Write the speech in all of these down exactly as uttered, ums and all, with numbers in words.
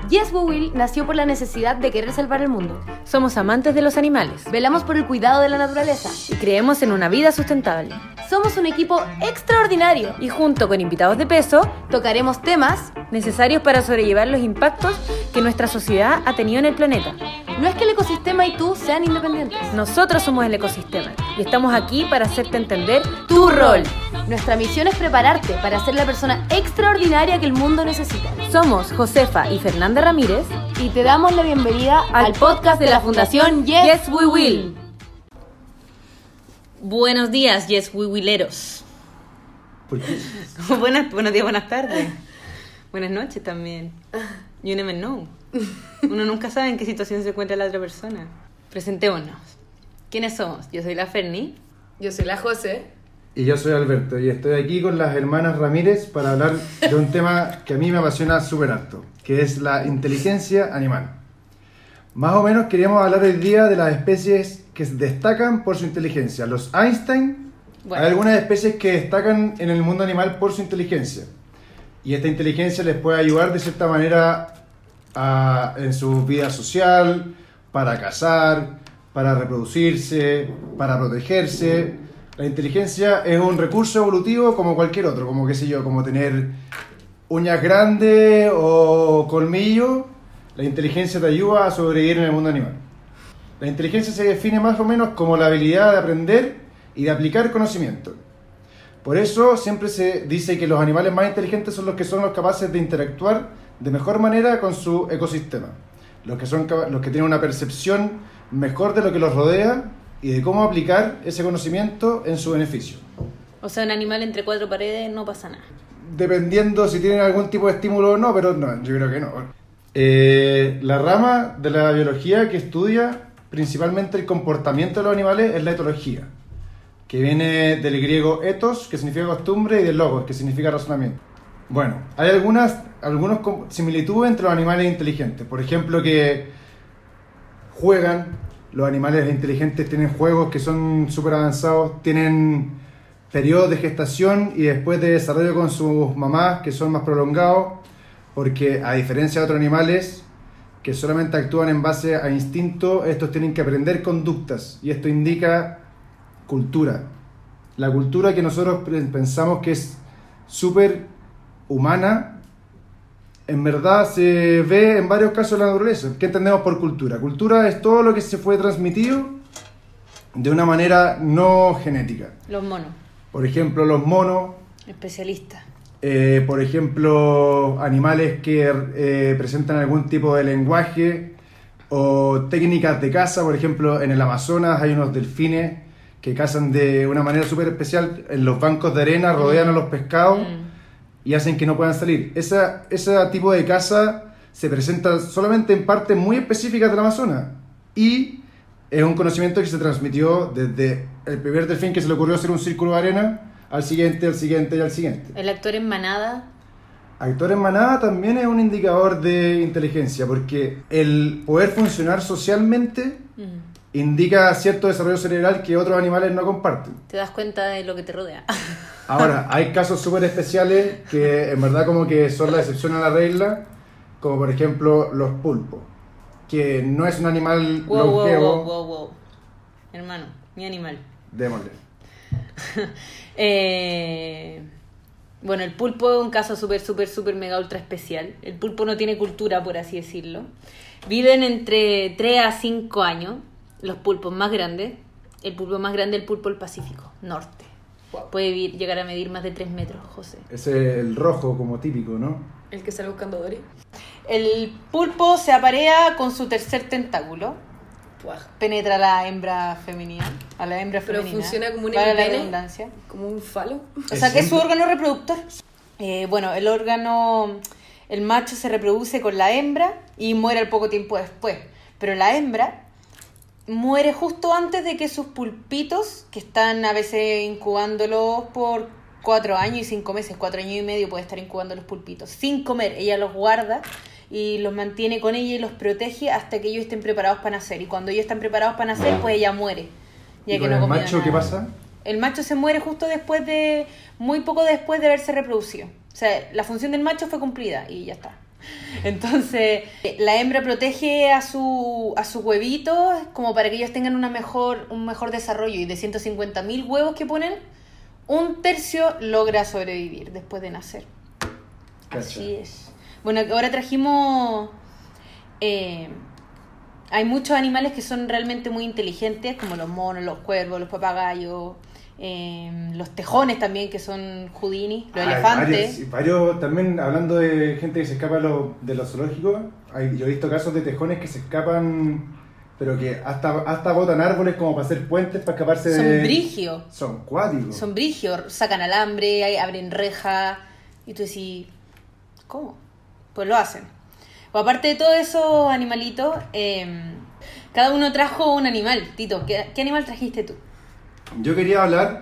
Yes We Will nació por la necesidad de querer salvar el mundo. Somos amantes de los animales. Velamos por el cuidado de la naturaleza. Y creemos en una vida sustentable. Somos un equipo extraordinario. Y junto con invitados de peso, tocaremos temas necesarios para sobrellevar los impactos que nuestra sociedad ha tenido en el planeta. No es que el ecosistema y tú sean independientes. Nosotros somos el ecosistema y estamos aquí para hacerte entender tu rol. Nuestra misión es prepararte para ser la persona extraordinaria que el mundo necesita. Somos Josefa y Fernanda Ramírez y te damos la bienvenida al, al podcast de la Fundación Yes, yes We Will. Buenos días, Yes We Willeros. ¿Por qué? Buenas, buenos días, buenas tardes. Buenas noches también. You never know. Uno nunca sabe en qué situación se encuentra la otra persona. Presentémonos. ¿Quiénes somos? Yo soy la Ferni. Yo soy la José. Y yo soy Alberto. Y estoy aquí con las hermanas Ramírez para hablar de un tema que a mí me apasiona súper harto, que es la inteligencia animal. Más o menos queríamos hablar hoy día de las especies que destacan por su inteligencia. Los Einstein, bueno. Hay algunas especies que destacan en el mundo animal por su inteligencia. Y esta inteligencia les puede ayudar de cierta manera a, en su vida social, para cazar, para reproducirse, para protegerse. La inteligencia es un recurso evolutivo como cualquier otro, como qué sé yo, como tener uñas grandes o colmillos. La inteligencia te ayuda a sobrevivir en el mundo animal. La inteligencia se define más o menos como la habilidad de aprender y de aplicar conocimiento. Por eso siempre se dice que los animales más inteligentes son los que son los capaces de interactuar de mejor manera con su ecosistema. Los que, son, los que tienen una percepción mejor de lo que los rodea y de cómo aplicar ese conocimiento en su beneficio. O sea, un animal entre cuatro paredes no pasa nada. Dependiendo si tienen algún tipo de estímulo o no, pero no, yo creo que no. Eh, la rama de la biología que estudia principalmente el comportamiento de los animales es la etología, que viene del griego ethos, que significa costumbre, y del logos, que significa razonamiento. Bueno, hay algunas algunas similitudes entre los animales inteligentes. Por ejemplo, que juegan. Los animales inteligentes tienen juegos que son súper avanzados, tienen periodos de gestación y después de desarrollo con sus mamás que son más prolongados, porque a diferencia de otros animales que solamente actúan en base a instinto, estos tienen que aprender conductas y esto indica cultura. La cultura que nosotros pensamos que es súper humana, en verdad se ve en varios casos en la naturaleza. ¿Qué entendemos por cultura? Cultura es todo lo que se fue transmitido de una manera no genética. Los monos. Por ejemplo, los monos. Especialistas. Eh, por ejemplo, animales que eh, presentan algún tipo de lenguaje o técnicas de caza. Por ejemplo, en el Amazonas hay unos delfines que cazan de una manera súper especial. En los bancos de arena rodean mm. a los pescados. Mm. Y hacen que no puedan salir. Esa, ese tipo de caza se presenta solamente en partes muy específicas del Amazonas. Y es un conocimiento que se transmitió desde el primer delfín que se le ocurrió hacer un círculo de arena, al siguiente, al siguiente y al siguiente. ¿El actor en manada? Actor en manada también es un indicador de inteligencia, porque el poder funcionar socialmente uh-huh. indica cierto desarrollo cerebral que otros animales no comparten. Te das cuenta de lo que te rodea. Ahora, hay casos súper especiales que en verdad como que son la excepción a la regla, como por ejemplo los pulpos, que no es un animal wow, longevo. Wow, wow, wow, wow. Hermano, mi animal. Démosle. eh, bueno, el pulpo es un caso súper, súper, súper mega ultra especial. El pulpo no tiene cultura, por así decirlo. Viven entre tres a cinco años, los pulpos más grandes. El pulpo más grande es el pulpo del Pacífico Norte. Wow. Puede vir, llegar a medir más de tres metros, José. Ese es el rojo como típico, ¿no? El que sale buscando a Dory. El pulpo se aparea con su tercer tentáculo. Wow. Penetra a la hembra femenina. A la hembra Pero femenina. funciona como un para la pene, redundancia. como un falo. O sea, que es su órgano reproductor. Eh, bueno, el órgano... El macho se reproduce con la hembra y muere al poco tiempo después. Pero la hembra muere justo antes de que sus pulpitos, que están a veces incubándolos por cuatro años y cinco meses, cuatro años y medio puede estar incubando los pulpitos, sin comer. Ella los guarda y los mantiene con ella y los protege hasta que ellos estén preparados para nacer. Y cuando ellos están preparados para nacer, pues ella muere. Ya ¿Y que con no el macho nada. qué pasa? El macho se muere justo después de, muy poco después de haberse reproducido. O sea, la función del macho fue cumplida y ya está. Entonces, la hembra protege a su, a sus huevitos como para que ellos tengan una mejor, un mejor desarrollo. Y de ciento cincuenta mil huevos que ponen, un tercio logra sobrevivir después de nacer. Cacha. Así es. Bueno, ahora trajimos... Eh, hay muchos animales que son realmente muy inteligentes, como los monos, los cuervos, los papagayos... Eh, los tejones también, que son houdini, los Hay elefantes. Varios, varios, también hablando de gente que se escapa de lo- de los zoológicos, hay, yo he visto casos de tejones que se escapan, pero que hasta, hasta botan árboles como para hacer puentes para escaparse Son de... brigios. Son cuáticos. Son brigios, sacan alambre, ahí abren reja. Y tú decís, ¿cómo? Pues lo hacen. O aparte de todos esos animalitos, eh, cada uno trajo un animal. Tito, ¿qué, qué animal trajiste tú? Yo quería hablar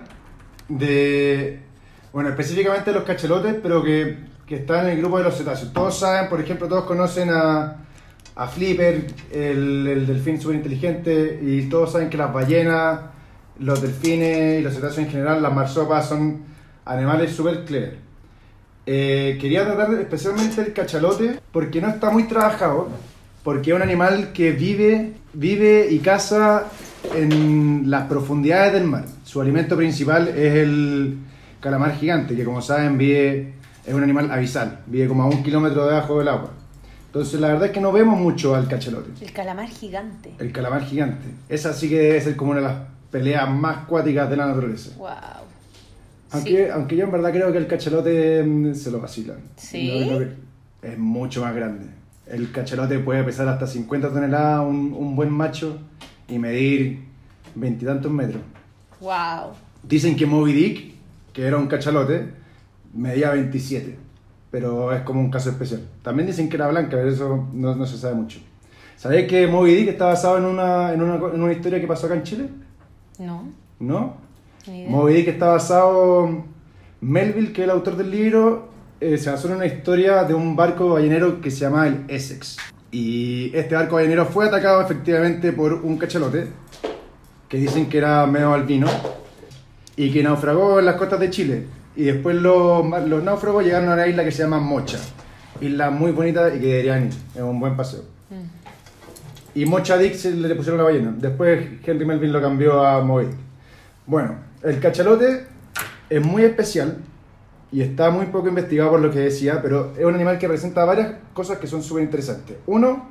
de, bueno, específicamente de los cachelotes, pero que, que están en el grupo de los cetáceos. Todos saben, por ejemplo, todos conocen a, a Flipper, el, el delfín súper inteligente, y todos saben que las ballenas, los delfines y los cetáceos en general, las marsopas, son animales súper clever. Eh, quería tratar especialmente el cachalote porque no está muy trabajado, porque es un animal que vive, vive y caza en las profundidades del mar. Su alimento principal es el calamar gigante, que como saben vive, es un animal abisal, vive como a un kilómetro debajo del agua. Entonces la verdad es que no vemos mucho al cachalote. El calamar gigante. El calamar gigante. Esa sí que debe ser como una de las peleas más cuáticas de la naturaleza. Wow. Aunque, Sí. aunque yo en verdad creo que el cachalote mm, se lo vacilan. ¿Sí? Yo creo que es mucho más grande. El cachalote puede pesar hasta cincuenta toneladas, un, un buen macho, y medir veintitantos metros. Wow. Dicen que Moby Dick, que era un cachalote, medía veintisiete, pero es como un caso especial. También dicen que era blanca, pero eso no, no se sabe mucho. ¿Sabéis que Moby Dick está basado en una, en, una, en una historia que pasó acá en Chile? No. ¿No? Ni idea. Moby Dick está basado... Melville, que es el autor del libro, eh, se basó en una historia de un barco ballenero que se llama el Essex. Y este barco ballenero fue atacado efectivamente por un cachalote, que dicen que era medio albino, y que naufragó en las costas de Chile. Y después los, los náufragos llegaron a una isla que se llama Mocha. Isla muy bonita y que deberían ir, es un buen paseo. Y Mocha Dick se le pusieron la ballena. Después Henry Melville lo cambió a Moby Dick. Bueno, el cachalote es muy especial y está muy poco investigado por lo que decía, pero es un animal que presenta varias cosas que son súper interesantes. Uno,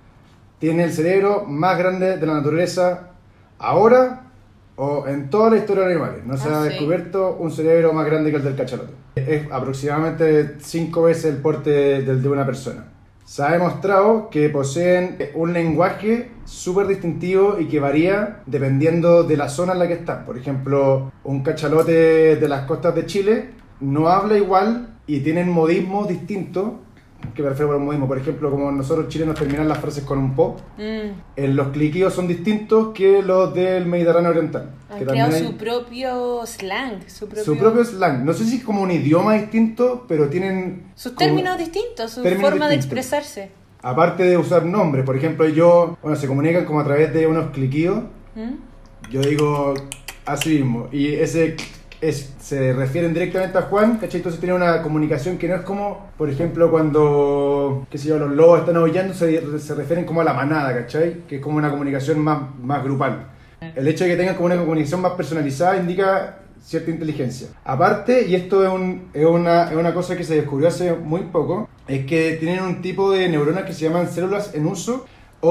tiene el cerebro más grande de la naturaleza ahora o en toda la historia de los animales. No se Ah, ha sí. descubierto un cerebro más grande que el del cachalote. Es aproximadamente cinco veces el porte del de una persona. Se ha demostrado que poseen un lenguaje súper distintivo y que varía dependiendo de la zona en la que están. Por ejemplo, un cachalote de las costas de Chile no habla igual y tienen modismos distintos. Que me refiero a un modismo, por ejemplo, como nosotros chilenos terminan las frases con un po. Mm. En los cliquillos son distintos que los del Mediterráneo Oriental. Han que creado también su hay propio slang, su propio... su propio slang. No sé si es como un idioma distinto, pero tienen... sus como- términos distintos, su términos forma de distintos. expresarse. Aparte de usar nombres, por ejemplo, yo, bueno, se comunican como a través de unos cliquillos. ¿Mm? Yo digo así mismo, y ese es, se refieren directamente a Juan, ¿cachai? Entonces tiene una comunicación que no es como, por ejemplo, cuando, qué sé yo, los lobos están aullando, se, se refieren como a la manada, ¿cachai? Que es como una comunicación más, más grupal. El hecho de que tengan como una comunicación más personalizada indica cierta inteligencia. Aparte, y esto es, un, es, una, es una cosa que se descubrió hace muy poco, es que tienen un tipo de neuronas que se llaman células en uso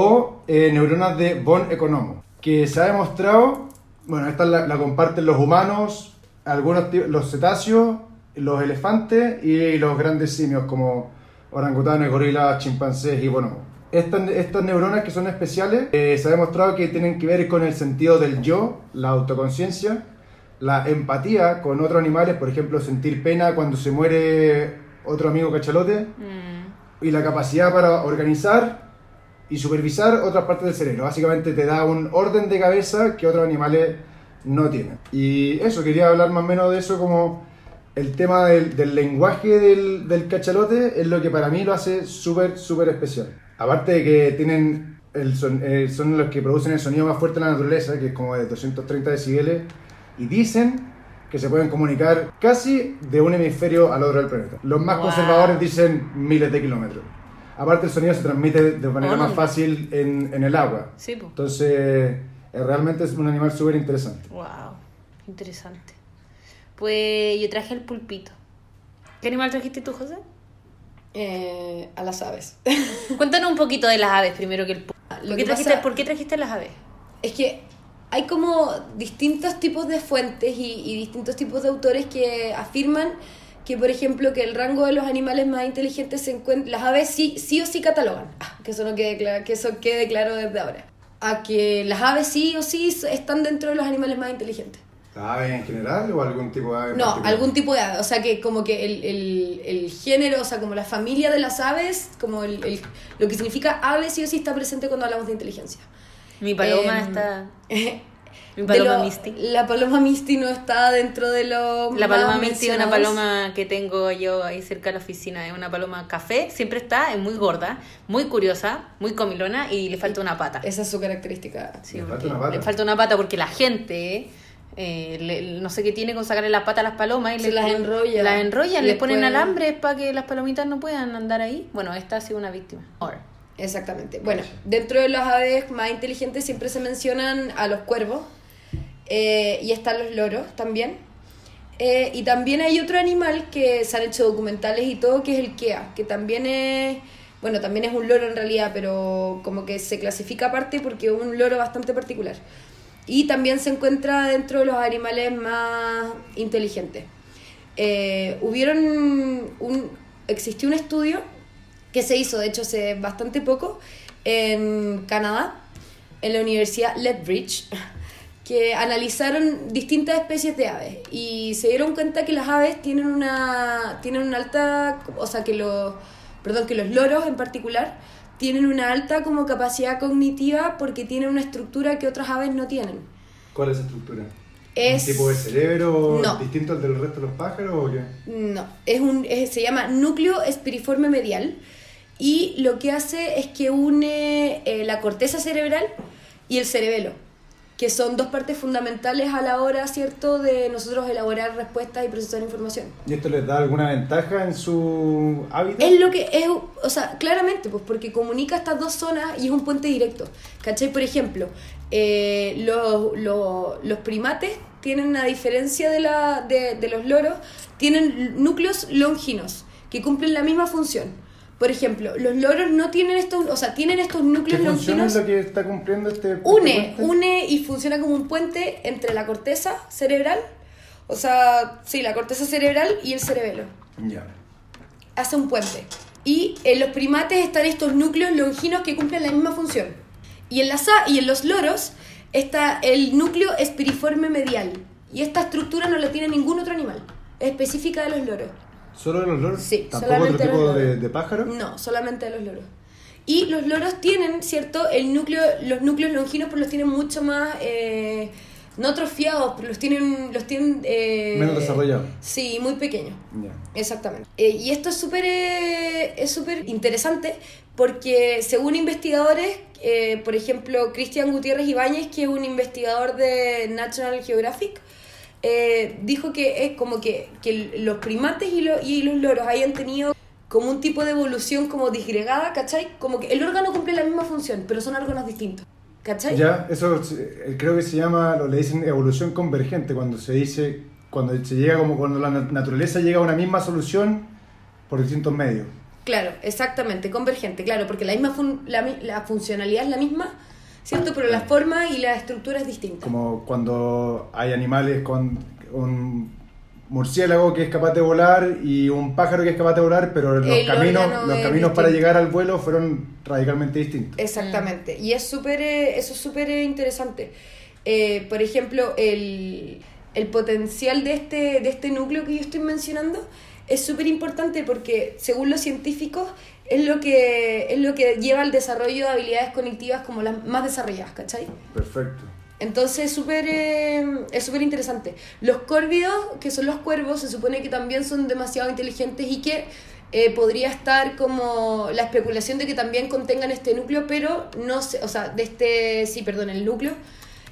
o eh, neuronas de von Economo, que se ha demostrado, bueno, esta la, la comparten los humanos, algunos ti- los cetáceos, los elefantes y los grandes simios como orangutanes, gorilas, chimpancés y bonobos. Estas, estas neuronas que son especiales eh, se ha demostrado que tienen que ver con el sentido del yo, la autoconciencia, la empatía con otros animales, por ejemplo, sentir pena cuando se muere otro amigo cachalote, Mm. y la capacidad para organizar y supervisar otras partes del cerebro. Básicamente te da un orden de cabeza que otros animales no tienen. Y eso, quería hablar más o menos de eso, como el tema del, del lenguaje del, del cachalote es lo que para mí lo hace súper, súper especial. Aparte de que tienen el son, eh, son los que producen el sonido más fuerte de la naturaleza, que es como de doscientos treinta decibeles, y dicen que se pueden comunicar casi de un hemisferio al otro del planeta. Los más Wow. conservadores dicen miles de kilómetros. Aparte el sonido se transmite de manera Onda. más fácil en, en el agua. Sí, po. Entonces, eh, realmente es un animal súper interesante. Wow, interesante. Pues yo traje el pulpito. ¿Qué animal trajiste tú, José? Eh, a las aves. Cuéntanos un poquito de las aves primero que el pulpito. Lo ¿Por que qué trajiste, pasa- ¿Por qué trajiste las aves? Es que hay como distintos tipos de fuentes y, y distintos tipos de autores que afirman que, por ejemplo, que el rango de los animales más inteligentes se encuentra... Las aves sí, sí o sí catalogan. Ah, que eso no quede claro, que eso quede claro desde ahora. A que las aves sí o sí están dentro de los animales más inteligentes. ¿La ave en general o algún tipo de ave? en No, particular? algún tipo de ave. O sea, que como que el, el, el género, o sea, como la familia de las aves, como el, el- lo que significa ave sí o sí está presente cuando hablamos de inteligencia. Mi paloma Em, está... Mi de paloma lo- Misty. La paloma Misty no está dentro de los La paloma más Misty es una mencionados. paloma que tengo yo ahí cerca de la oficina. Es una paloma café, siempre está, es muy gorda, muy curiosa, muy comilona y le falta una pata. Esa es su característica. Sí, Le porque falta una pata. le falta una pata porque la gente eh, le- no sé qué tiene con sacarle la pata a las palomas y Se les- las enrolla. las enrollan, Y les ponen después- alambres para que las palomitas no puedan andar ahí. Bueno, esta ha sido una víctima. Ahora, Exactamente. Bueno, dentro de las aves más inteligentes siempre se mencionan a los cuervos eh, y están los loros también. Eh, y también hay otro animal que se han hecho documentales y todo, que es el kea, que también es, bueno, también es un loro en realidad, pero como que se clasifica aparte porque es un loro bastante particular. Y también se encuentra dentro de los animales más inteligentes. Eh, hubieron un, existió un estudio que se hizo, de hecho, hace bastante poco, en Canadá, en la Universidad Lethbridge, que analizaron distintas especies de aves y se dieron cuenta que las aves tienen una tienen una alta, o sea, que los perdón, que los loros en particular tienen una alta como capacidad cognitiva porque tienen una estructura que otras aves no tienen. ¿Cuál es esa estructura? Es- ¿Un tipo de cerebro No. distinto al del resto de los pájaros o qué? No, es un, es- se llama núcleo espiriforme medial y lo que hace es que une eh, la corteza cerebral y el cerebelo, que son dos partes fundamentales a la hora, ¿cierto?, de nosotros elaborar respuestas y procesar información. ¿Y esto les da alguna ventaja en su hábitat? Es lo que es, o sea, claramente, pues porque comunica estas dos zonas y es un puente directo. ¿Cachai? Por ejemplo, eh, los, los, los primates tienen una diferencia de, la, de, de los loros, tienen núcleos longinos que cumplen la misma función. Por ejemplo, los loros no tienen estos, o sea, tienen estos ¿Qué núcleos función longinos. es lo que está cumpliendo este este Une, puente? une y funciona como un puente entre la corteza cerebral, o sea, sí, la corteza cerebral y el cerebelo. Ya. Hace un puente. Y en los primates están estos núcleos longinos que cumplen la misma función. Y en, las, a- y en los loros está el núcleo espiriforme medial. Y esta estructura no la tiene ningún otro animal. Es específica de los loros. ¿Solo de los loros? Sí, ¿Tampoco solamente otro de los tipo de, loros. de pájaro? No, solamente de los loros. Y los loros tienen, ¿cierto? El núcleo, los núcleos longinos pues los tienen mucho más, eh, no atrofiados, pero los tienen, los tienen eh, Menos desarrollados. Sí, muy pequeños. Ya. Exactamente. Eh, y esto es súper eh, es súper interesante porque según investigadores, eh, por ejemplo, Cristian Gutiérrez Ibáñez, que es un investigador de National Geographic, eh, dijo que es como que, que los primates y, lo- y los loros hayan tenido como un tipo de evolución como disgregada, ¿cachai? Como que el órgano cumple la misma función, pero son órganos distintos, ¿cachai? Ya, eso eh, creo que se llama, lo le dicen evolución convergente, cuando se dice, cuando se llega como cuando la nat- naturaleza llega a una misma solución por distintos medios. Claro, exactamente, convergente, claro, porque la misma fun- la, mi- la funcionalidad es la misma, ¿cierto? Pero la forma y la estructura es distinta. Como cuando hay animales con un murciélago que es capaz de volar y un pájaro que es capaz de volar, pero los El caminos, órgano los es caminos para distinto. llegar al vuelo fueron radicalmente distintos. Exactamente, y es súper, eh, eso es súper eh, interesante. Eh, por ejemplo, el, el potencial de este, de este núcleo que yo estoy mencionando es súper importante porque, según los científicos, es lo que es lo que lleva al desarrollo de habilidades cognitivas como las más desarrolladas, ¿cachai? Perfecto. Entonces es súper eh, es súper interesante. Los córvidos, que son los cuervos, se supone que también son demasiado inteligentes y que eh, podría estar como la especulación de que también contengan este núcleo, pero no sé, o sea, de este, sí, perdón, el núcleo,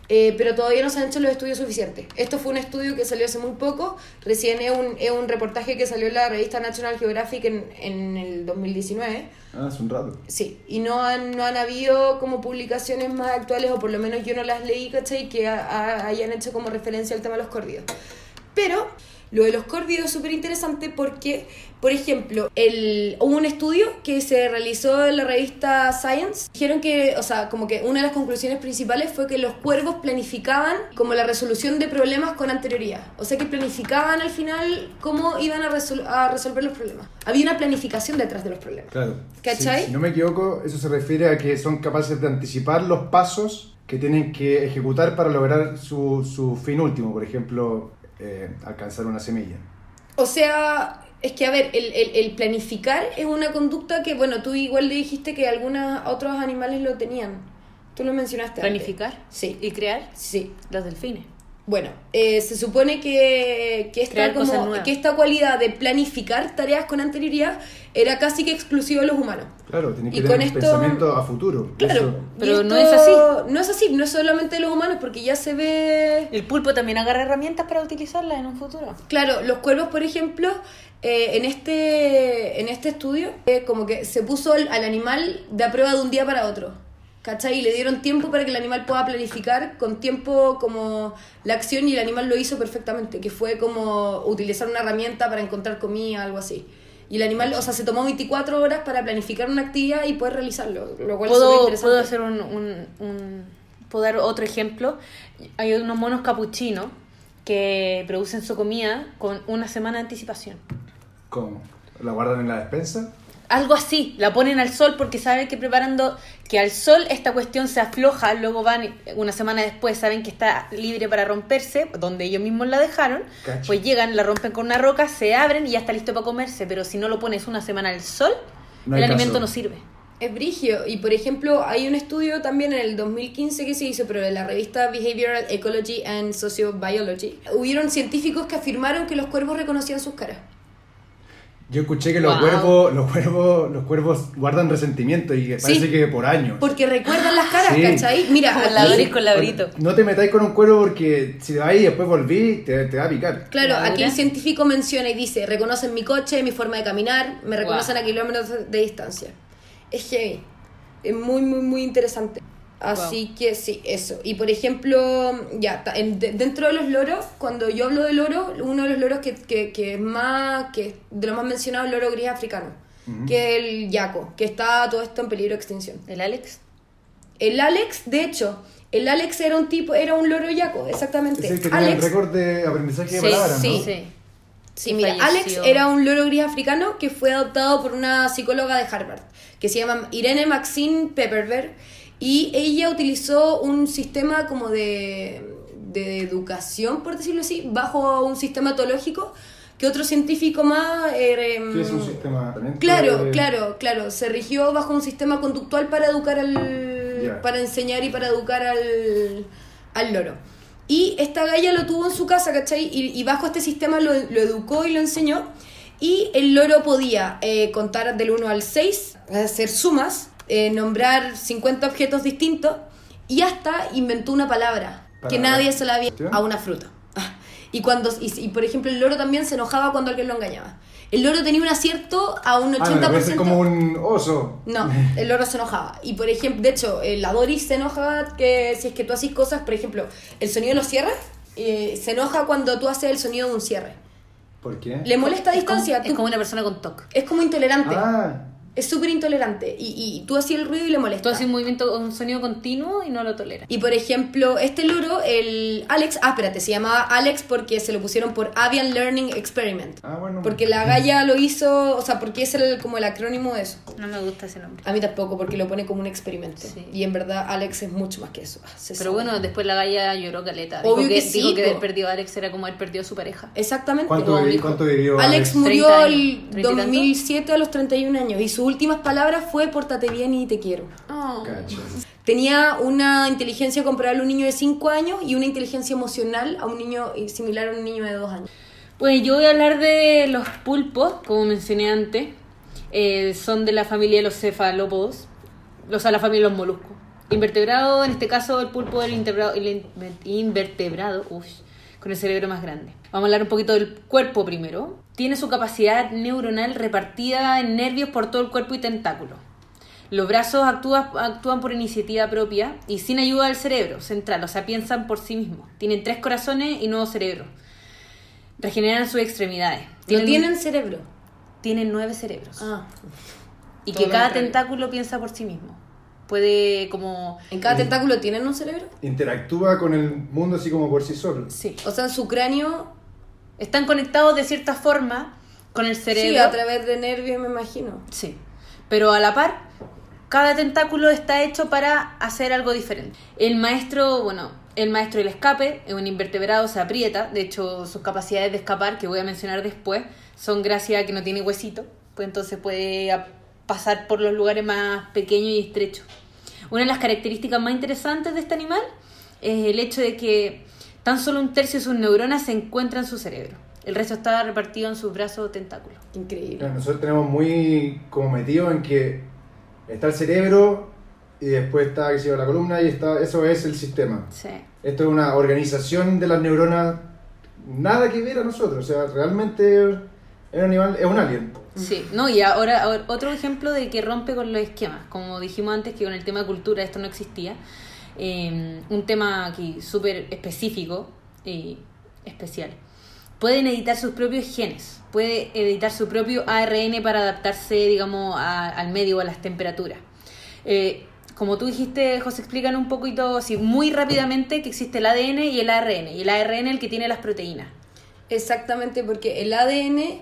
Eh, pero todavía no se han hecho los estudios suficientes. Esto fue un estudio que salió hace muy poco, recién es un, es un reportaje que salió en la revista National Geographic en, en el dos mil diecinueve. Ah, hace un rato. Sí, y no han, no han habido como publicaciones más actuales, o por lo menos yo no las leí, ¿cachai? Que a, a, hayan hecho como referencia al tema de los córvidos. Pero lo de los córvidos es súper interesante porque, por ejemplo, el, hubo un estudio que se realizó en la revista Science. Dijeron que, o sea, como que una de las conclusiones principales fue que los cuervos planificaban como la resolución de problemas con anterioridad. O sea, que planificaban al final cómo iban a, resol- a resolver los problemas. Había una planificación detrás de los problemas. Claro. ¿Cachai? Si, si no me equivoco, eso se refiere a que son capaces de anticipar los pasos que tienen que ejecutar para lograr su, su fin último, por ejemplo, eh, alcanzar una semilla. O sea, es que a ver, el, el, el planificar es una conducta que, bueno, tú igual le dijiste que algunos otros animales lo tenían. Tú lo mencionaste ¿Planificar? antes. Sí. ¿Y crear? Sí. Los delfines. Bueno, eh, se supone que, que, esta Crear cosas como, nuevas. que esta cualidad de planificar tareas con anterioridad era casi que exclusiva de los humanos. Claro, tiene que Y tener con un esto- pensamiento a futuro. Claro, Eso- y Pero no esto es así. No es así, no es solamente de los humanos, porque ya se ve... ¿El pulpo también agarra herramientas para utilizarlas en un futuro? Claro, los cuervos, por ejemplo, eh, en este en este estudio, eh, como que se puso al, al animal de a prueba de un día para otro. ¿Cachai? Y le dieron tiempo para que el animal pueda planificar con tiempo como la acción, y el animal lo hizo perfectamente, que fue como utilizar una herramienta para encontrar comida, algo así. Y el animal, o sea, se tomó veinticuatro horas para planificar una actividad y poder realizarlo, lo cual es súper ¿Puedo, interesante. ¿Puedo hacer un, un, un- ¿Puedo dar otro ejemplo? Hay unos monos capuchinos que producen su comida con una semana de anticipación. ¿Cómo? ¿La guardan en la despensa? Algo así, la ponen al sol porque saben que preparando que al sol esta cuestión se afloja, luego van una semana después, saben que está libre para romperse, donde ellos mismos la dejaron, Cacho. pues llegan, la rompen con una roca, se abren y ya está listo para comerse, pero si no lo pones una semana al sol, No el hay alimento caso. no sirve. Es brigio. Y por ejemplo, hay un estudio también en el dos mil quince que se hizo, pero de la revista Behavioral Ecology and Sociobiology. Hubieron científicos que afirmaron que los cuervos reconocían sus caras. Yo escuché que los Wow. cuervos, los cuervos, los cuervos guardan resentimiento y que Sí. parece que por años. Porque recuerdan las caras, Sí. ¿cachai? Mira, Como aquí- labris con labrito. No te metáis con un cuervo porque si te vas y después volví, te, te va a picar. Claro, ¿Madura? aquí el científico menciona y dice, reconocen mi coche, mi forma de caminar, me reconocen Wow. a kilómetros de distancia. Es heavy. Es muy, muy, muy interesante. Así que sí, eso. Y por ejemplo, ya, ta- en- de- dentro de los loros, cuando yo hablo de loro, uno de los loros que, que, que es más, que de los más mencionados, el loro gris africano, Ujú. que es el yaco, que está todo esto en peligro de extinción. ¿El Alex? El Alex, de hecho, el Alex era un tipo, era un loro yaco, exactamente. Es el que tiene el Alex, récord de aprendizaje de Sí, palabras, sí. ¿no? Sí. Sí, Y mira, falleció. Alex era un loro gris africano que fue adoptado por una psicóloga de Harvard, que se llama Irene Maxine Pepperberg, y ella utilizó un sistema como de, de educación, por decirlo así, bajo un sistema etológico que otro científico más... eh, ¿Qué es un sistema? Claro, de- claro, claro. Se rigió bajo un sistema conductual para educar al... Ya. para enseñar y para educar al, al loro. Y esta galla lo tuvo en su casa, ¿cachai? Y, y bajo este sistema lo, lo educó y lo enseñó. Y el loro podía eh, contar del uno al seis, hacer sumas, eh, nombrar cincuenta objetos distintos, y hasta inventó una palabra que ¿Palabra? nadie se la había... ¿Sí? a una fruta. Y, cuando, y, y, por ejemplo, el loro también se enojaba cuando alguien lo engañaba. El loro tenía un acierto a un Ah, ochenta no, por es ciento. como un oso. No, el loro se enojaba. Y por ejemplo, de hecho, eh, la Doris se enoja que si es que tú haces cosas, por ejemplo, el sonido de los cierres, eh, se enoja cuando tú haces el sonido de un cierre. ¿Por qué? Le molesta a Es como, distancia. es tú- como una persona con T O C. es como intolerante. Ah, Es súper intolerante. Y, y tú hacías el ruido y le molesta. Todo hace un movimiento, un sonido continuo y no lo tolera. Y por ejemplo, este loro, el Alex, ah, espérate, se llamaba Alex porque se lo pusieron por Avian Learning Experiment. ah, bueno. Porque la galla lo hizo, o sea, porque es el, como el acrónimo de eso. No me gusta ese nombre. A mí tampoco, porque lo pone como un experimento. Sí. Y en verdad, Alex es mucho más que eso. Ah, se Pero sabe. bueno, después la galla lloró caleta. Obvio dijo que, que sí, dijo que po. haber perdido a Alex era como haber perdido a su pareja. Exactamente. ¿Cuánto, Como viví- dijo. ¿Cuánto vivió Alex Alex? murió treinta el años. ¿treinta y tanto? dos mil siete a los treinta y un años. Y sus últimas palabras fue, pórtate bien y te quiero. Oh. Cacho. Tenía una inteligencia comparable a un niño de cinco años y una inteligencia emocional a un niño similar a un niño de dos años. Pues yo voy a hablar de los pulpos, como mencioné antes. Eh, son de la familia de los cefalópodos, o sea, la familia de los moluscos. Invertebrado, en este caso el pulpo del invertebrado, el invertebrado uf, con el cerebro más grande. Vamos a hablar un poquito del cuerpo primero. Tiene su capacidad neuronal repartida en nervios por todo el cuerpo y tentáculos. Los brazos actúan, actúan por iniciativa propia y sin ayuda del cerebro central, o sea, piensan por sí mismos. Tienen tres corazones y nueve cerebros. Regeneran sus extremidades. ¿No tienen cerebro? Tienen nueve cerebros. Ah. Y Todo que cada lo contrario. tentáculo piensa por sí mismo. Puede como... ¿En cada tentáculo tienen un cerebro? Interactúa con el mundo así como por sí solo. Sí. O sea, en su cráneo... Están conectados de cierta forma con el cerebro. Sí, a través de nervios, me imagino. Sí. Pero a la par, cada tentáculo está hecho para hacer algo diferente. El maestro, bueno, el maestro del escape, es un invertebrado, se aprieta. De hecho, sus capacidades de escapar, que voy a mencionar después, son gracias a que no tiene huesito. Pues entonces puede a- pasar por los lugares más pequeños y estrechos. Una de las características más interesantes de este animal es el hecho de que tan solo un tercio de sus neuronas se encuentra en su cerebro. El resto está repartido en sus brazos o tentáculos. Increíble. Claro, nosotros tenemos muy como metido en que está el cerebro y después está qué sé yo, la columna y está, eso es el sistema. Sí. Esto es una organización de las neuronas, nada que ver a nosotros, o sea, realmente es un animal, es un alien. Sí, no, y ahora, ahora otro ejemplo de que rompe con los esquemas, como dijimos antes que con el tema de cultura esto no existía, eh, un tema aquí súper específico y especial. Pueden editar sus propios genes, puede editar su propio A R N para adaptarse, digamos, a- al medio o a las temperaturas. Eh, como tú dijiste, José, explican un poquito, así, muy rápidamente, que existe el A D N y el A R N, y el A R N es el que tiene las proteínas. Exactamente, porque el A D N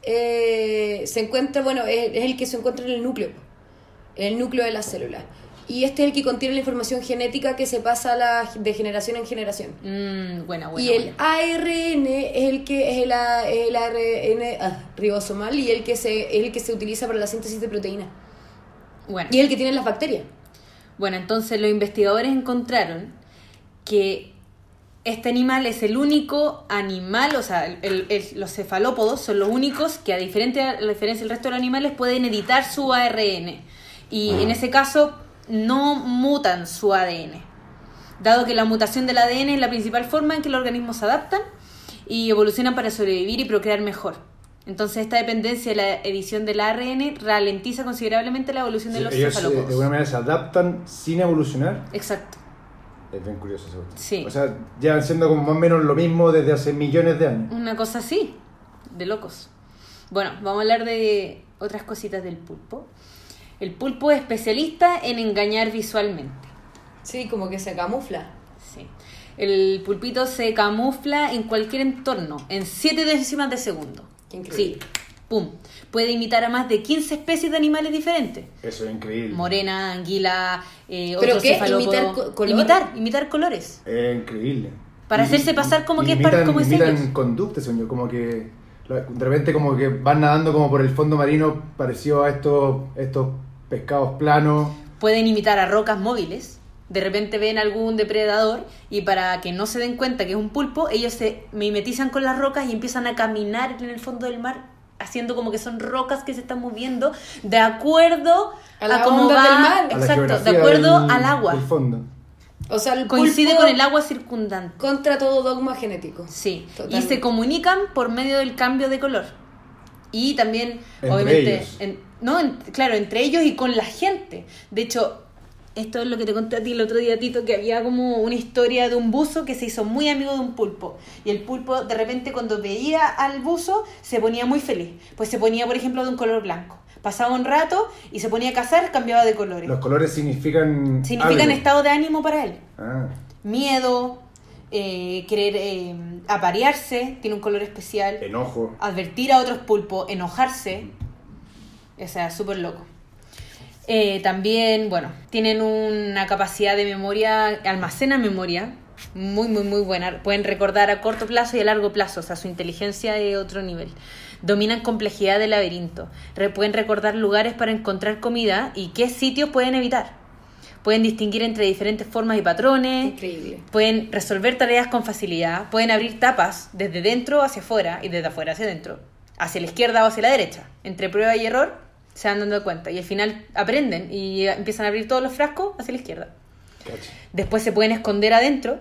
eh, se encuentra, bueno, es, es el que se encuentra en el núcleo, en el núcleo de las células. Y este es el que contiene la información genética que se pasa a la, de generación en generación. Mm, buena, buena. Y el buena. A R N es el que es el, A- el A R N ah, ribosomal y el que se, es el que se utiliza para la síntesis de proteínas. Bueno. Y es el que tienen las bacterias. Bueno, entonces los investigadores encontraron que este animal es el único animal, o sea, el- el- los cefalópodos son los únicos que a diferente, a la diferencia del resto de los animales pueden editar su A R N. Y en ese caso no mutan su A D N, dado que la mutación del A D N es la principal forma en que los organismos se adaptan y evolucionan para sobrevivir y procrear mejor. Entonces esta dependencia de la edición del A R N ralentiza considerablemente la evolución de los Ellos eh, cefalópodos. de alguna manera se adaptan sin evolucionar. Exacto. Es bien curioso eso. Sí. O sea, llevan siendo como más o menos lo mismo desde hace millones de años. Una cosa así, de locos. Bueno, vamos a hablar de otras cositas del pulpo. El pulpo es especialista en engañar visualmente. Sí, como que se camufla. Sí. El pulpito se camufla en cualquier entorno, en siete décimas de segundo. Qué increíble. Sí, pum. Puede imitar a más de quince especies de animales diferentes. Eso es increíble. Morena, anguila, eh, ¿Pero otros qué? cefalópodos. ¿Imitar co- color? Imitar, imitar colores. Es increíble. Para Y- hacerse pasar como y que es imitan, par- como es imitan ellos. conductas, señor, como que de repente como que van nadando como por el fondo marino parecido a estos, estos pescados planos. Pueden imitar a rocas móviles. De repente ven algún depredador y para que no se den cuenta que es un pulpo, ellos se mimetizan con las rocas y empiezan a caminar en el fondo del mar, haciendo como que son rocas que se están moviendo de acuerdo A la cómo onda va, del mar. A la exacto, de geografía acuerdo del- al agua. del fondo. O sea, el Coincide pulpo con el agua circundante. contra todo dogma genético. Sí, Totalmente. y se comunican por medio del cambio de color. Y también, Entre obviamente, ellos. en- no, en- claro, entre ellos y con la gente. De hecho, esto es lo que te conté a ti el otro día, Tito, que había como una historia de un buzo que se hizo muy amigo de un pulpo. Y el pulpo, de repente, cuando veía al buzo, se ponía muy feliz. Pues se ponía, por ejemplo, de un color blanco. Pasaba un rato y se ponía a cazar, cambiaba de colores. Los colores significan Significan algo. estado de ánimo para él. Ah, Miedo, eh, querer eh, aparearse, tiene un color especial. enojo. Advertir a otros pulpos, enojarse, o sea, súper loco. Eh, también, bueno, tienen una capacidad de memoria, almacenan memoria muy, muy, muy buena. Pueden recordar a corto plazo y a largo plazo, o sea, su inteligencia es otro nivel. Dominan complejidad de laberinto. Re- pueden recordar lugares para encontrar comida y qué sitios pueden evitar. Pueden distinguir entre diferentes formas y patrones. Increíble. Pueden resolver tareas con facilidad, pueden abrir tapas desde dentro hacia afuera y desde afuera hacia adentro, hacia la izquierda o hacia la derecha. Entre prueba y error se van dando cuenta y al final aprenden y empiezan a abrir todos los frascos hacia la izquierda. Cacho. Después se pueden esconder adentro,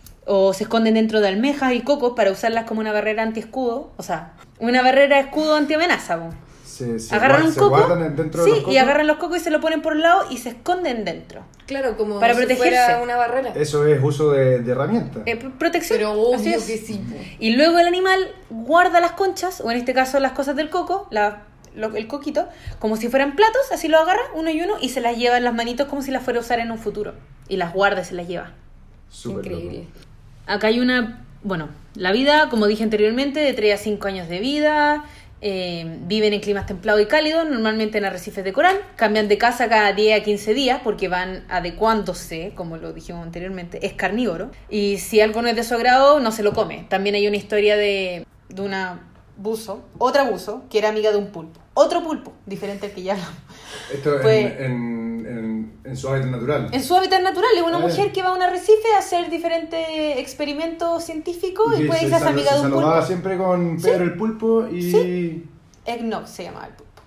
o se esconden dentro de almejas y cocos para usarlas como una barrera anti-escudo, o sea, una barrera escudo anti-amenaza. Po. Se, se Agarran guard- un se coco, guardan dentro sí, de los cocos. y agarran los cocos y se lo ponen por un lado y se esconden dentro. Claro, como Para si protegerse. fuera una barrera. Eso es uso de, de herramientas. Eh, pr- protección. Pero obvio así es. que sí. po. Y luego el animal guarda las conchas, o en este caso las cosas del coco, la, lo- el coquito, como si fueran platos, así lo agarra uno y uno y se las lleva en las manitos como si las fuera a usar en un futuro. Y las guarda y se las lleva. Súper Increíble. loco. Acá hay una, bueno, la vida, como dije anteriormente, de tres a cinco años de vida, eh, viven en climas templados y cálidos, normalmente en arrecifes de coral, cambian de casa cada diez a quince días porque van adecuándose, como lo dijimos anteriormente, es carnívoro, y si algo no es de su agrado, no se lo come. También hay una historia de, de una buzo, otra buzo, que era amiga de un pulpo, otro pulpo, diferente al que ya hablamos. Esto Pues- en, en, en, en su hábitat natural. En su hábitat natural, es una Ah, mujer ya. que va a un arrecife a hacer diferentes experimentos científicos y, que puede se irse a ser sal- amiga se de un saludaba pulpo. siempre con Sí. Pedro el pulpo y... Eggnog se llamaba el pulpo.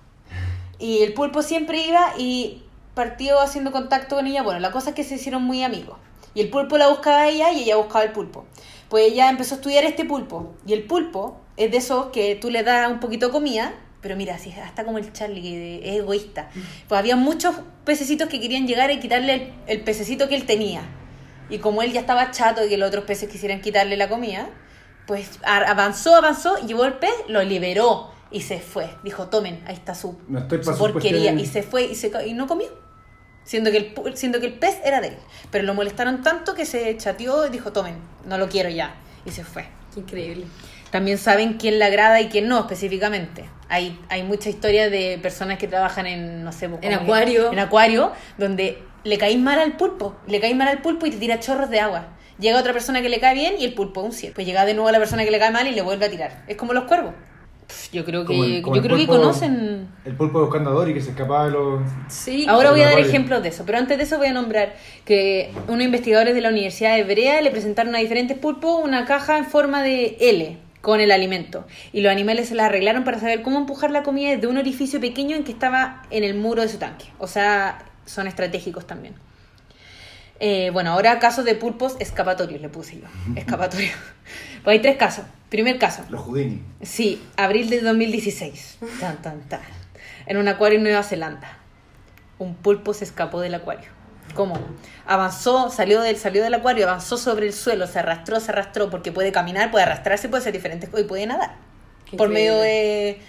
Y el pulpo siempre iba y partió haciendo contacto con ella. Bueno, la cosa es que se hicieron muy amigos. Y el pulpo la buscaba a ella y ella buscaba al pulpo. Pues ella empezó a estudiar este pulpo. Y el pulpo es de esos que tú le das un poquito de comida, pero mira, así hasta como el Charlie, que es egoísta. Pues había muchos pececitos que querían llegar y quitarle el, el pececito que él tenía. Y como él ya estaba chato de que los otros peces quisieran quitarle la comida, pues a- avanzó, avanzó, llevó el pez, lo liberó y se fue. Dijo, tomen, ahí está su, No estoy su pa' sus porquería. cuestiones. Y se fue y, se, ca- y no comió. Siendo que, el, pu- siendo que el pez era de él. Pero lo molestaron tanto que se chateó y dijo, tomen, no lo quiero ya. Y se fue. Qué increíble. También saben quién le agrada y quién no, específicamente. Hay, hay mucha historia de personas que trabajan en, no sé... En como- acuario. En acuario, donde le caís mal al pulpo. Le caís mal al pulpo y te tira chorros de agua. Llega otra persona que le cae bien y el pulpo es un siete. Pues llega de nuevo la persona que le cae mal y le vuelve a tirar. Es como los cuervos. Pff, Yo creo que, como el- como yo el creo que pulpo- conocen... El pulpo buscando a Dory que se escapaba de los... Sí. Ahora voy a dar Acuario. ejemplos de eso, pero antes de eso voy a nombrar que unos investigadores de la Universidad de Hebrea le presentaron a diferentes pulpos una caja en forma de L con el alimento. Y los animales se la arreglaron para saber cómo empujar la comida desde un orificio pequeño en que estaba en el muro de su tanque. O sea, son estratégicos también. Eh, bueno, ahora casos de pulpos escapatorios, le puse yo. Escapatorios. Pues hay tres casos. Primer caso. Los Houdini. Sí, abril de dos mil dieciséis. Tan, tan, tan. En un acuario en Nueva Zelanda. Un pulpo se escapó del acuario. ¿Cómo? Avanzó, salió del, salió del acuario, avanzó sobre el suelo, se arrastró, se arrastró, porque puede caminar, puede arrastrarse, puede hacer diferentes cosas y puede nadar. Qué Por increíble. medio de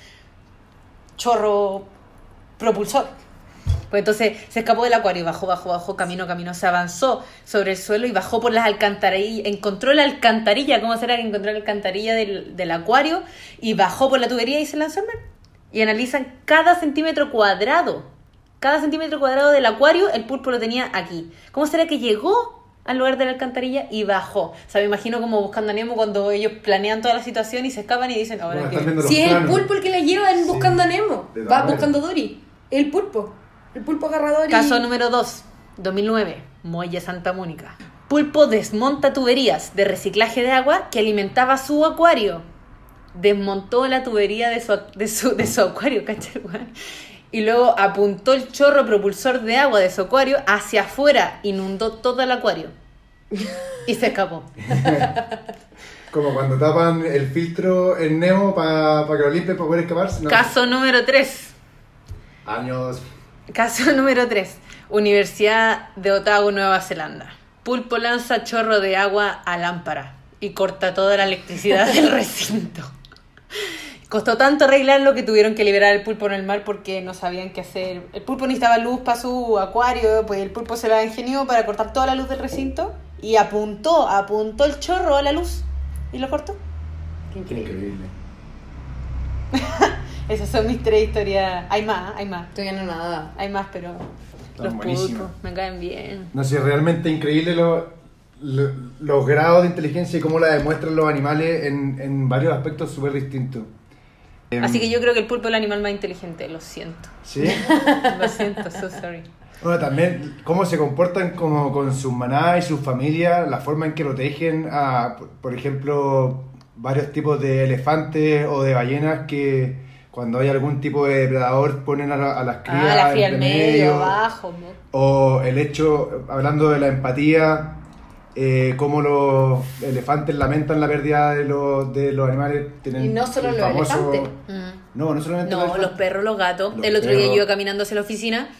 chorro propulsor. Pues entonces se escapó del acuario y bajó, bajó, bajó, caminó, caminó, se avanzó sobre el suelo y bajó por las alcantarillas, encontró la alcantarilla, ¿cómo será que encontró la alcantarilla del, del acuario? Y bajó por la tubería y se lanzó al mar. Y analizan cada centímetro cuadrado, cada centímetro cuadrado del acuario, el pulpo lo tenía aquí. ¿Cómo será que llegó al lugar de la alcantarilla y bajó? O sea, me imagino como buscando a Nemo cuando ellos planean toda la situación y se escapan y dicen, ahora Bueno, que... están viendo los Si es el planos. pulpo el que la lleva en Sí. buscando a Nemo. De Va todas buscando maneras. Dory. El pulpo. El pulpo agarrador. y- Caso número dos, dos mil nueve, Muelle Santa Mónica. Pulpo desmonta tuberías de reciclaje de agua que alimentaba su acuario. Desmontó la tubería de su, de su, de su acuario, ¿cachai, weón? Y luego apuntó el chorro propulsor de agua de su acuario hacia afuera, inundó todo el acuario. Y se escapó. Como cuando tapan el filtro en Nemo para que lo limpien para poder escaparse. No. Caso número tres. Años. Caso número tres. Universidad de Otago, Nueva Zelanda. Pulpo lanza chorro de agua a lámpara y corta toda la electricidad del recinto. Costó tanto arreglarlo que tuvieron que liberar el pulpo en el mar porque no sabían qué hacer. El pulpo necesitaba luz para su acuario, pues el pulpo se la ingenió para cortar toda la luz del recinto y apuntó, apuntó el chorro a la luz y lo cortó. Qué increíble. Increíble. Esas son mis tres historias. Hay más, hay más. Todavía no nada. Hay más, pero Están los buenísimas. pulpos me caen bien. No sé, realmente increíble lo- lo- los grados de inteligencia y cómo la demuestran los animales en, en varios aspectos súper distintos. Em, Así que yo creo que el pulpo es el animal más inteligente, lo siento. ¿Sí? Lo siento, so sorry. Bueno, también cómo se comportan como con sus manadas y sus familias, la forma en que protegen a, por- por ejemplo, varios tipos de elefantes o de ballenas que cuando hay algún tipo de depredador ponen a, la- a las crías Ah, la cría al entre medio, abajo. ¿no? o el hecho, hablando de la empatía, eh, cómo los elefantes lamentan la pérdida de los, de los animales. Tienen Y no solo el los famoso- elefantes. No, no solamente No, elefantes. los perros, los gatos. Los El otro día perros. yo iba caminando hacia la oficina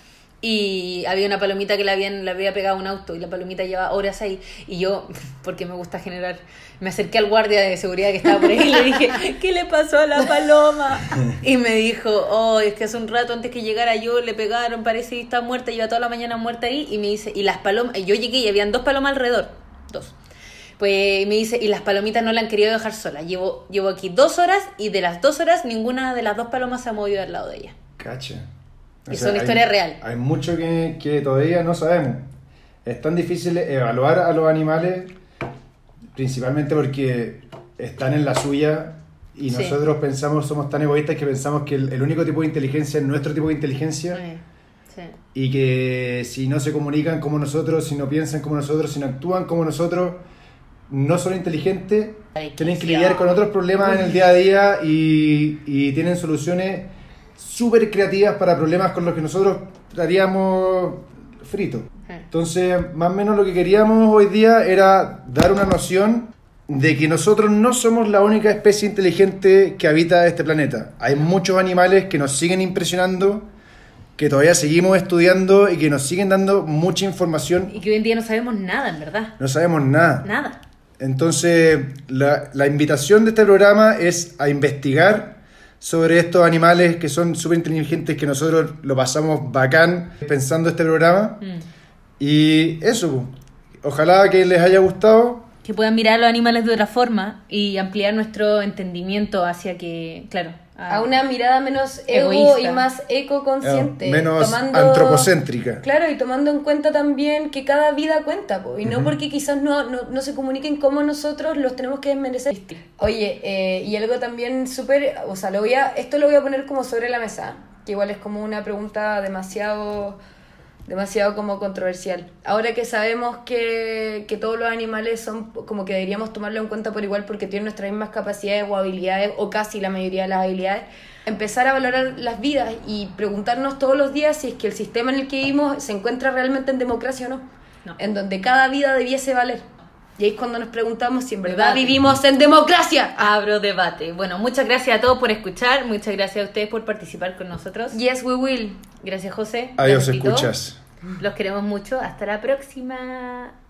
y había una palomita que le, habían, le había pegado a un auto y la palomita lleva horas ahí. Y yo, porque me gusta generar, me acerqué al guardia de seguridad que estaba por ahí y le dije, ¿qué le pasó a la paloma? Y me dijo, oh, es que hace un rato antes que llegara yo le pegaron, parece que está muerta, lleva toda la mañana muerta ahí. Y me dice, y las palomas, y yo llegué y habían dos palomas alrededor, dos. Pues me dice, y las palomitas no la han querido dejar sola. Llevo, llevo aquí dos horas y de las dos horas ninguna de las dos palomas se ha movido al lado de ella. Cacha. Y es una historia hay, real. Hay mucho que, que todavía no sabemos. Es tan difícil evaluar a los animales, principalmente porque están en la suya y Sí. nosotros pensamos, somos tan egoístas que pensamos que el, el único tipo de inteligencia es nuestro tipo de inteligencia. Sí, sí. Y que si no se comunican como nosotros, si no piensan como nosotros, si no actúan como nosotros, no son inteligentes, Ay, tienen que qué lidiar feo. con otros problemas en el día a día y, y tienen soluciones súper creativas para problemas con los que nosotros estaríamos fritos. Entonces, más o menos lo que queríamos hoy día era dar una noción de que nosotros no somos la única especie inteligente que habita este planeta. Hay muchos animales que nos siguen impresionando, que todavía seguimos estudiando y que nos siguen dando mucha información. Y que hoy en día no sabemos nada, en verdad. No sabemos nada. Nada. Entonces, la, la invitación de este programa es a investigar sobre estos animales que son súper inteligentes, que nosotros lo pasamos bacán pensando este programa. Mm. Y eso, ojalá que les haya gustado. Que puedan mirar a los animales de otra forma y ampliar nuestro entendimiento hacia que, claro, A una mirada menos ego Egoísta. y más ecoconsciente. Eh, menos tomando- antropocéntrica. Claro, y tomando en cuenta también que cada vida cuenta, po, y no porque quizás no, no, no se comuniquen como nosotros, los tenemos que desmerecer. Oye, eh, y algo también súper, o sea, lo voy a, esto lo voy a poner como sobre la mesa, que igual es como una pregunta demasiado, demasiado como controversial. Ahora que sabemos que, que todos los animales son como que deberíamos tomarlo en cuenta por igual porque tienen nuestras mismas capacidades o habilidades, o casi la mayoría de las habilidades, empezar a valorar las vidas y preguntarnos todos los días si es que el sistema en el que vivimos se encuentra realmente en democracia o no, No. en donde cada vida debiese valer. Y ahí es cuando nos preguntamos si en verdad Debate. vivimos en democracia. Abro debate. Bueno, muchas gracias a todos por escuchar. Muchas gracias a ustedes por participar con nosotros. Yes, we will. Gracias, José. Adiós, Gracias, Pito. escuchas. Los queremos mucho. Hasta la próxima.